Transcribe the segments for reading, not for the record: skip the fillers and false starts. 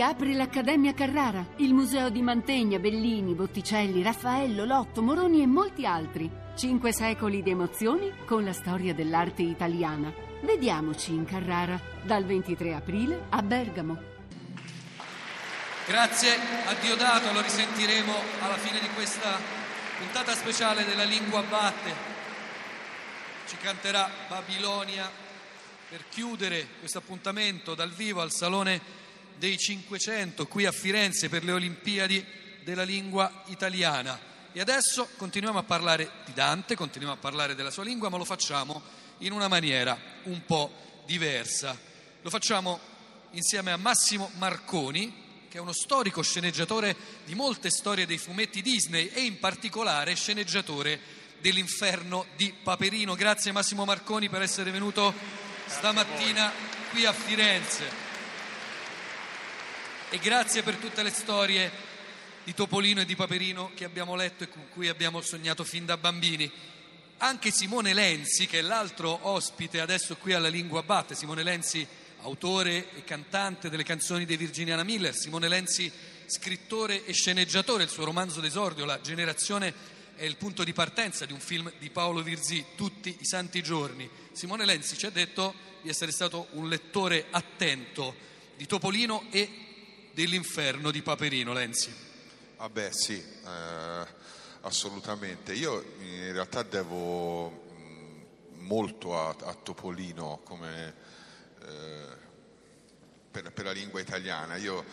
riapre l'Accademia Carrara, il museo di Mantegna, Bellini, Botticelli, Raffaello, Lotto, Moroni e molti altri. 5 secoli di emozioni con la storia dell'arte italiana. Vediamoci in Carrara, dal 23 aprile a Bergamo. Grazie a Diodato, lo risentiremo alla fine di questa puntata speciale della Lingua Batte. Ci canterà Babilonia per chiudere questo appuntamento dal vivo al Salone dei 500 qui a Firenze per le Olimpiadi della lingua italiana. E adesso continuiamo a parlare di Dante, continuiamo a parlare della sua lingua, ma lo facciamo in una maniera un po' diversa. Lo facciamo insieme a Massimo Marconi, che è uno storico sceneggiatore di molte storie dei fumetti Disney e in particolare sceneggiatore dell'Inferno di Paperino. Grazie Massimo Marconi per essere venuto stamattina qui a Firenze. E grazie per tutte le storie di Topolino e di Paperino che abbiamo letto e con cui abbiamo sognato fin da bambini. Anche Simone Lenzi, che è l'altro ospite adesso qui alla Lingua Batte. Simone Lenzi, autore e cantante delle canzoni di Virginiana Miller. Simone Lenzi, scrittore e sceneggiatore. Il suo romanzo d'esordio, La Generazione, è il punto di partenza di un film di Paolo Virzì, Tutti i santi giorni. Simone Lenzi ci ha detto di essere stato un lettore attento di Topolino e dell'Inferno di Paperino. Lenzi. Vabbè sì, assolutamente. Io in realtà devo molto a Topolino come per la lingua italiana. Io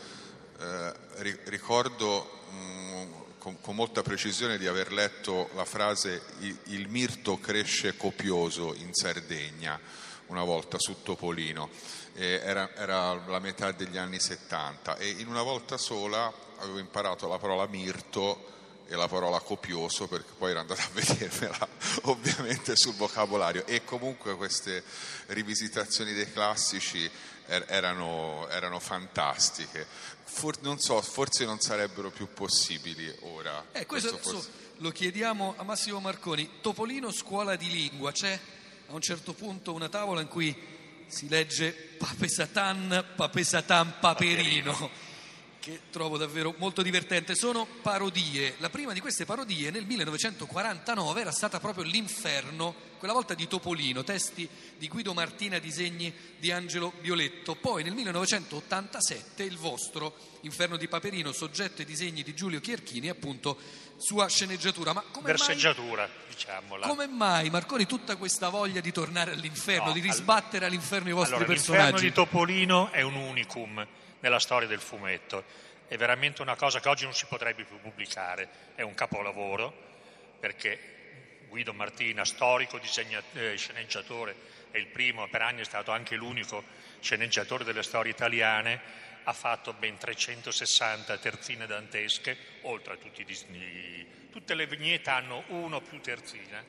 ricordo con molta precisione di aver letto la frase "il mirto cresce copioso in Sardegna" una volta su Topolino. Era la metà degli anni 70 e in una volta sola avevo imparato la parola mirto e la parola copioso, perché poi ero andato a vedermela ovviamente sul vocabolario, e comunque queste rivisitazioni dei classici erano fantastiche. Non so, forse non sarebbero più possibili ora. Questo forse lo chiediamo a Massimo Marconi. Topolino scuola di lingua, c'è a un certo punto una tavola in cui si legge Papesatan, Paperino, che trovo davvero molto divertente. Sono parodie. La prima di queste parodie nel 1949 era stata proprio l'Inferno, quella volta di Topolino, testi di Guido Martina, disegni di Angelo Violetto. Poi nel 1987 il vostro Inferno di Paperino, soggetto e disegni di Giulio Chierchini, appunto sua sceneggiatura. Ma come verseggiatura, diciamola. Come mai, Marconi, tutta questa voglia di tornare all'inferno, di risbattere all'inferno i vostri personaggi? L'Inferno di Topolino è un unicum nella storia del fumetto, è veramente una cosa che oggi non si potrebbe più pubblicare, è un capolavoro, perché Guido Martina, storico sceneggiatore, è il primo, per anni è stato anche l'unico sceneggiatore delle storie italiane, ha fatto ben 360 terzine dantesche, oltre a tutte le vignette hanno uno o più terzine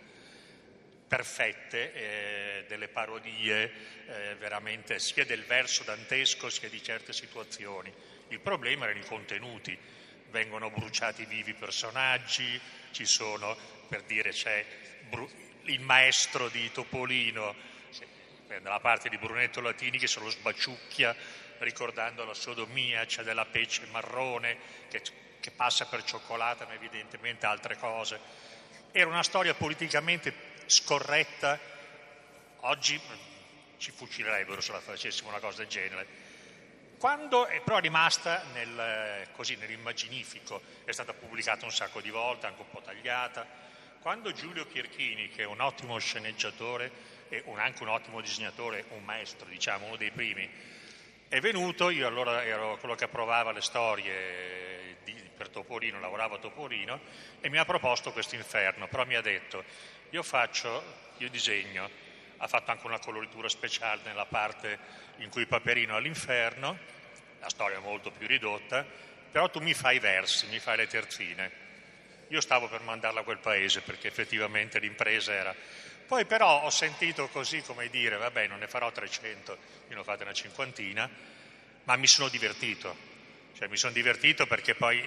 perfette, delle parodie veramente sia del verso dantesco sia di certe situazioni. Il problema erano i contenuti, vengono bruciati vivi personaggi, ci sono, per dire, c'è il maestro di Topolino, nella parte di Brunetto Latini che se lo sbaciucchia ricordando la sodomia, c'è della pece marrone che passa per cioccolata, ma evidentemente altre cose. Era una storia politicamente scorretta, oggi ci fucilerebbero se la facessimo una cosa del genere. Quando però è rimasta nell'immaginifico, è stata pubblicata un sacco di volte, anche un po' tagliata. Quando Giulio Chierchini, che è un ottimo sceneggiatore e anche un ottimo disegnatore, un maestro, diciamo, uno dei primi, è venuto, io allora ero quello che approvava le storie per Topolino, lavoravo a Topolino, e mi ha proposto questo Inferno, però mi ha detto, io disegno, ha fatto anche una coloritura speciale nella parte in cui Paperino è all'inferno, la storia è molto più ridotta, però tu mi fai i versi, mi fai le terzine. Io stavo per mandarla a quel paese perché effettivamente l'impresa era... Poi però ho sentito così, come dire, vabbè, non ne farò 300, io ne ho fatte una cinquantina, ma mi sono divertito. Cioè mi sono divertito perché poi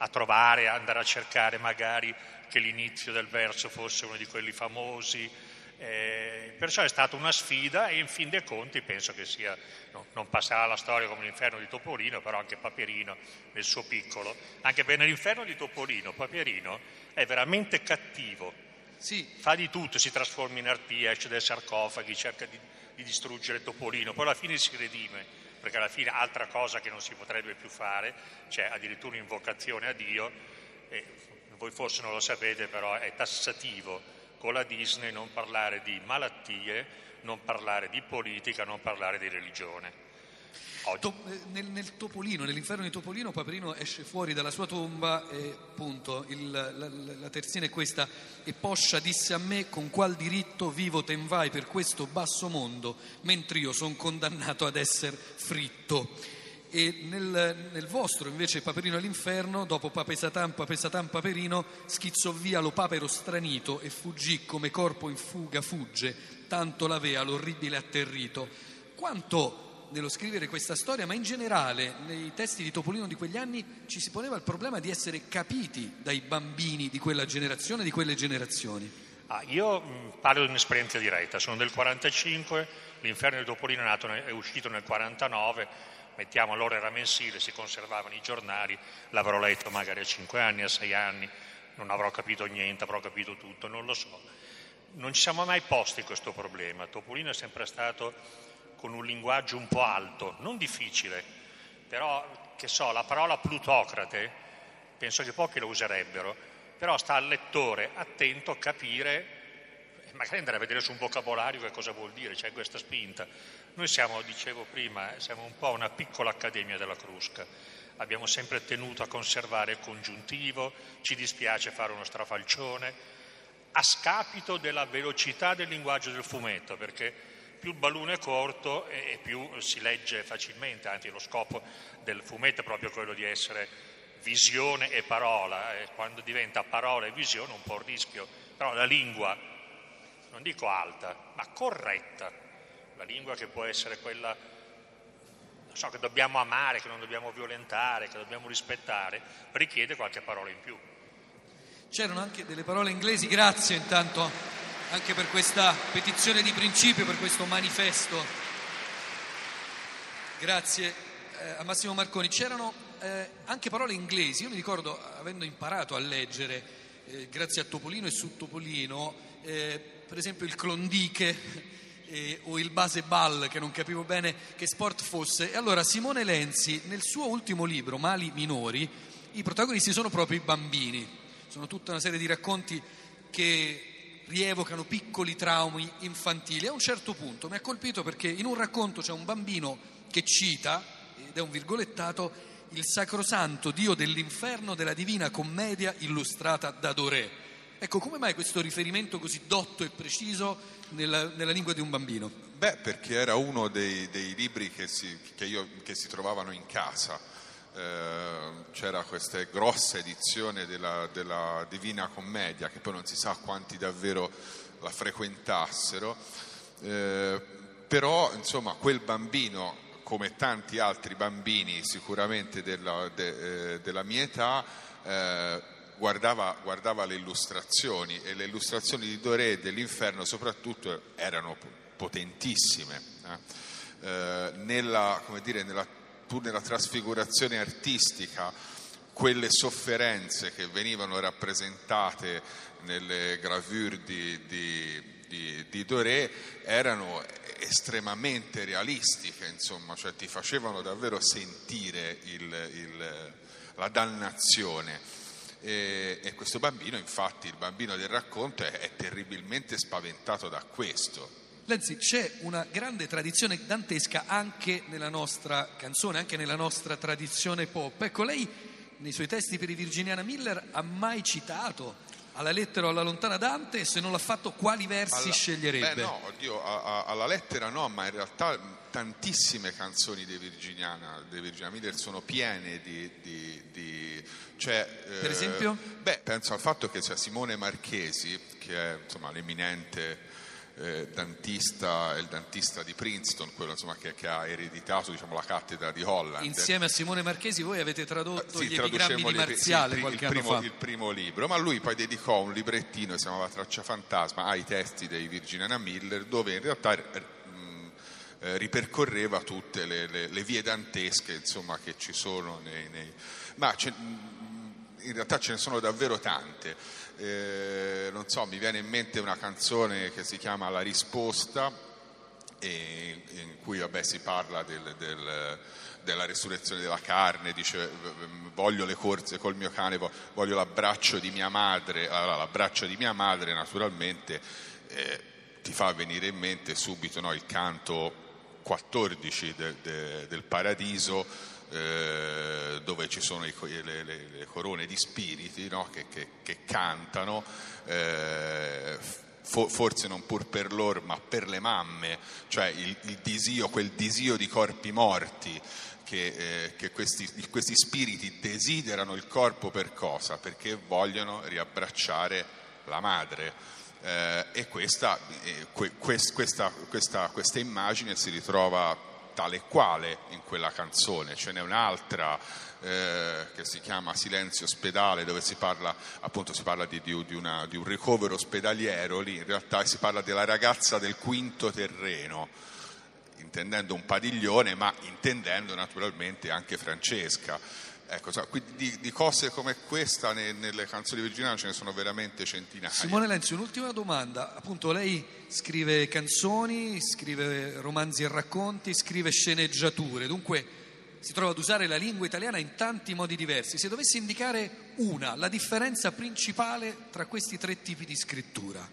andare a cercare magari che l'inizio del verso fosse uno di quelli famosi, Perciò è stata una sfida e in fin dei conti penso che sia, non passerà alla storia come l'inferno di Topolino, però anche Paperino nel suo piccolo, anche per nell'inferno di Topolino Paperino è veramente cattivo, Sì, fa di tutto, si trasforma in arpia, esce dai sarcofagi, cerca di distruggere Topolino, poi alla fine si redime, perché alla fine altra cosa che non si potrebbe più fare, c'è addirittura un'invocazione a Dio, e voi forse non lo sapete, però è tassativo con la Disney non parlare di malattie, non parlare di politica, non parlare di religione. Nel Topolino, nell'inferno di Topolino, Paperino esce fuori dalla sua tomba e appunto la terzina è questa: e poscia disse a me: con qual diritto vivo ten vai per questo basso mondo, mentre io son condannato ad esser fritto. E nel vostro invece Paperino all'inferno, dopo Pape Satan Paperino, schizzò via lo papero stranito e fuggì come corpo in fuga fugge, tanto l'avea l'orribile atterrito. Quanto nello scrivere questa storia, ma in generale nei testi di Topolino di quegli anni, ci si poneva il problema di essere capiti dai bambini di quella generazione, di quelle generazioni. Io parlo di un'esperienza diretta, sono del 45, l'inferno di Topolino è uscito nel 49, mettiamo allora era mensile, si conservavano i giornali, l'avrò letto magari a 5 anni, a 6 anni, non avrò capito niente, avrò capito tutto, non lo so. Non ci siamo mai posti questo problema. Topolino è sempre stato con un linguaggio un po' alto, non difficile, però che so, la parola plutocrate, penso che pochi lo userebbero, però sta al lettore attento a capire, magari andare a vedere su un vocabolario che cosa vuol dire, c'è questa spinta. Noi siamo, dicevo prima, siamo un po' una piccola accademia della Crusca, abbiamo sempre tenuto a conservare il congiuntivo, ci dispiace fare uno strafalcione, a scapito della velocità del linguaggio del fumetto, perché più il balloon è corto e più si legge facilmente, anzi lo scopo del fumetto è proprio quello di essere visione e parola, e quando diventa parola e visione un po' il rischio, però la lingua, non dico alta, ma corretta, la lingua che può essere quella, non so, che dobbiamo amare, che non dobbiamo violentare, che dobbiamo rispettare, richiede qualche parola in più. C'erano anche delle parole inglesi, grazie intanto anche per questa petizione di principio, per questo manifesto. Grazie a Massimo Marconi. C'erano anche parole inglesi, io mi ricordo, avendo imparato a leggere grazie a Topolino e su Topolino, per esempio il Klondike o il baseball, che non capivo bene che sport fosse, e allora Simone Lenzi nel suo ultimo libro Mali minori, i protagonisti sono proprio i bambini, sono tutta una serie di racconti che rievocano piccoli traumi infantili. A un certo punto mi ha colpito perché in un racconto c'è un bambino che cita, ed è un virgolettato, il sacrosanto Dio dell'inferno della Divina Commedia illustrata da Doré. Ecco, come mai questo riferimento così dotto e preciso nella lingua di un bambino? Beh, perché era uno dei libri che si trovavano in casa. C'era questa grossa edizione della Divina Commedia, che poi non si sa quanti davvero la frequentassero, però insomma quel bambino, come tanti altri bambini sicuramente della mia età, guardava le illustrazioni, e le illustrazioni di Doré e dell'inferno soprattutto erano potentissime, pur nella trasfigurazione artistica. Quelle sofferenze che venivano rappresentate nelle gravure di Doré erano estremamente realistiche, insomma, cioè ti facevano davvero sentire la dannazione. E questo bambino, infatti, il bambino del racconto, è terribilmente spaventato da questo. Lenzi, c'è una grande tradizione dantesca anche nella nostra canzone, anche nella nostra tradizione pop. Ecco, lei nei suoi testi per i Virginiana Miller ha mai citato alla lettera o alla lontana Dante? Se non l'ha fatto, quali versi sceglierebbe? Beh, no, oddio, alla lettera no, ma in realtà tantissime canzoni dei Virginiana Miller sono piene per esempio? Beh, penso al fatto che c'è Simone Marchesi, che è insomma l'eminente dantista, il dantista di Princeton, quello insomma che ha ereditato, diciamo, la cattedra di Holland. Insieme a Simone Marchesi voi avete tradotto gli epigrammi di Marziale qualche anno fa. Il primo libro, ma lui poi dedicò un librettino che si chiamava Traccia Fantasma ai testi dei Virginia Miller, dove in realtà ripercorreva tutte le vie dantesche, insomma, che ci sono ma in realtà ce ne sono davvero tante. Non so, mi viene in mente una canzone che si chiama La risposta, in cui si parla della resurrezione della carne, dice voglio le corse col mio cane, voglio l'abbraccio di mia madre. Allora, l'abbraccio di mia madre naturalmente ti fa venire in mente subito, no, il canto 14 del Paradiso, dove ci sono le corone di spiriti, no, che cantano, forse non pur per loro ma per le mamme, cioè quel disio di corpi morti che questi spiriti desiderano il corpo per cosa? Perché vogliono riabbracciare la madre. E questa immagine si ritrova tale e quale in quella canzone. Ce n'è un'altra che si chiama Silenzio ospedale, dove si parla di un ricovero ospedaliero. Lì in realtà si parla della ragazza del quinto terreno, intendendo un padiglione, ma intendendo naturalmente anche Francesca. Ecco, di cose come questa nelle canzoni virginiane ce ne sono veramente centinaia. Simone Lenzi, un'ultima domanda. Appunto, lei scrive canzoni, scrive romanzi e racconti, scrive sceneggiature, dunque si trova ad usare la lingua italiana in tanti modi diversi. Se dovessi indicare la differenza principale tra questi tre tipi di scrittura?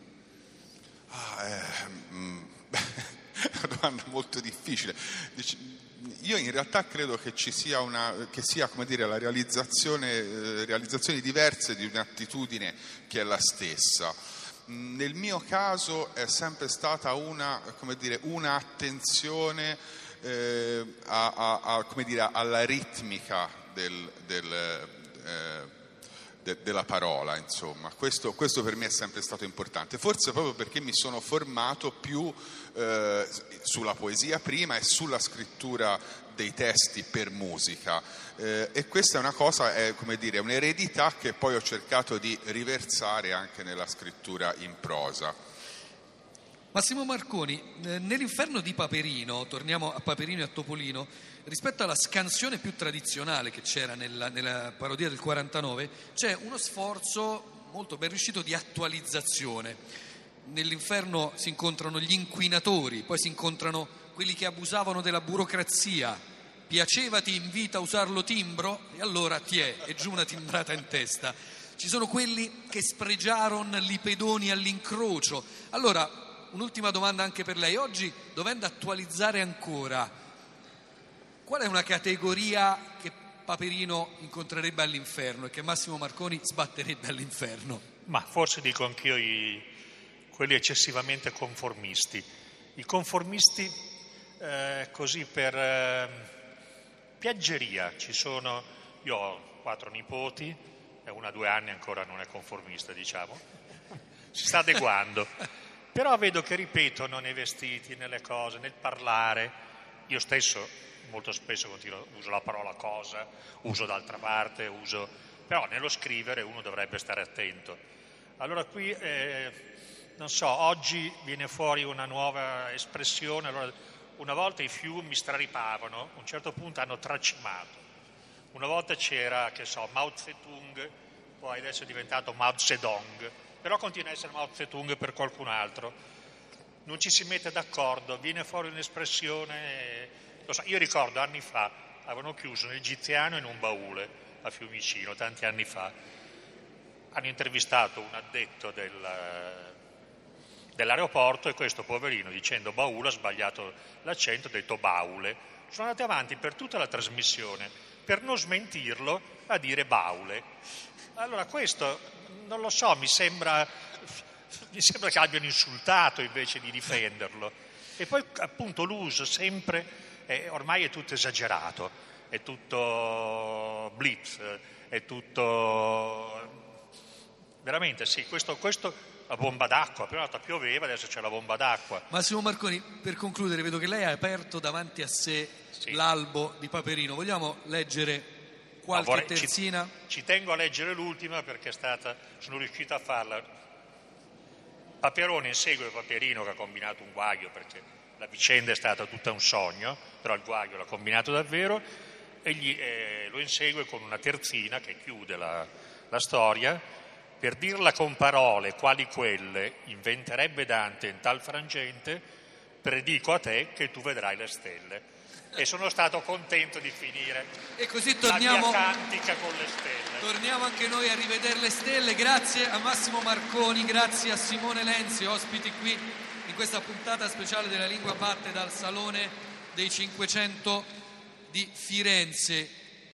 È una domanda molto difficile. Io in realtà credo che ci sia come dire, la realizzazioni diverse di un'attitudine che è la stessa. Nel mio caso è sempre stata una attenzione alla ritmica della parola, insomma. Questo per me è sempre stato importante, forse proprio perché mi sono formato più sulla poesia prima e sulla scrittura dei testi per musica, e questa è una cosa, un'eredità che poi ho cercato di riversare anche nella scrittura in prosa. Massimo Marconi, nell'Inferno di Paperino, torniamo a Paperino e a Topolino, rispetto alla scansione più tradizionale che c'era nella parodia del 49, c'è uno sforzo molto ben riuscito di attualizzazione. Nell'Inferno si incontrano gli inquinatori, poi si incontrano quelli che abusavano della burocrazia. Piacevati in vita usarlo timbro? E allora è giù una timbrata in testa. Ci sono quelli che spregiarono i pedoni all'incrocio. Allora, un'ultima domanda anche per lei. Oggi, dovendo attualizzare ancora, qual è una categoria che Paperino incontrerebbe all'inferno e che Massimo Marconi sbatterebbe all'inferno? Ma forse dico anch'io quelli eccessivamente conformisti. I conformisti così per piaggeria. Io ho 4 nipoti e una 2 anni ancora non è conformista, diciamo. Si sta adeguando. Però vedo che ripetono nei vestiti, nelle cose, nel parlare. Io stesso molto spesso uso la parola cosa, uso d'altra parte, però nello scrivere uno dovrebbe stare attento. Allora qui, non so, oggi viene fuori una nuova espressione. Allora, una volta i fiumi straripavano, a un certo punto hanno tracimato. Una volta c'era, Mao Zedong, poi adesso è diventato Mao Zedong. Però continua a essere Mao Zedong per qualcun altro, non ci si mette d'accordo, viene fuori un'espressione, io ricordo anni fa, avevano chiuso un egiziano in un baule a Fiumicino, tanti anni fa, hanno intervistato un addetto dell'aeroporto e questo poverino, dicendo baule, ha sbagliato l'accento, ha detto baule. Sono andati avanti per tutta la trasmissione, per non smentirlo, a dire baule. Allora questo, non lo so, mi sembra che abbiano insultato invece di difenderlo. E poi appunto l'uso sempre, ormai è tutto esagerato, è tutto blitz, è tutto veramente sì, questo la bomba d'acqua, prima pioveva, adesso c'è la bomba d'acqua. Massimo Marconi, per concludere, vedo che lei ha aperto davanti a sé l'albo di Paperino. Vogliamo leggere qualche terzina? Ci tengo a leggere l'ultima perché sono riuscito a farla. Paperone insegue Paperino che ha combinato un guaio, perché la vicenda è stata tutta un sogno, però il guaio l'ha combinato davvero, e lo insegue con una terzina che chiude la storia. Per dirla con parole quali quelle inventerebbe Dante in tal frangente, predico a te che tu vedrai le stelle. E sono stato contento di finire e così la mia cantica con le stelle. Torniamo anche noi a rivedere le stelle. Grazie a Massimo Marconi, grazie a Simone Lenzi, ospiti qui in questa puntata speciale della Lingua Batte dal Salone dei 500 di Firenze.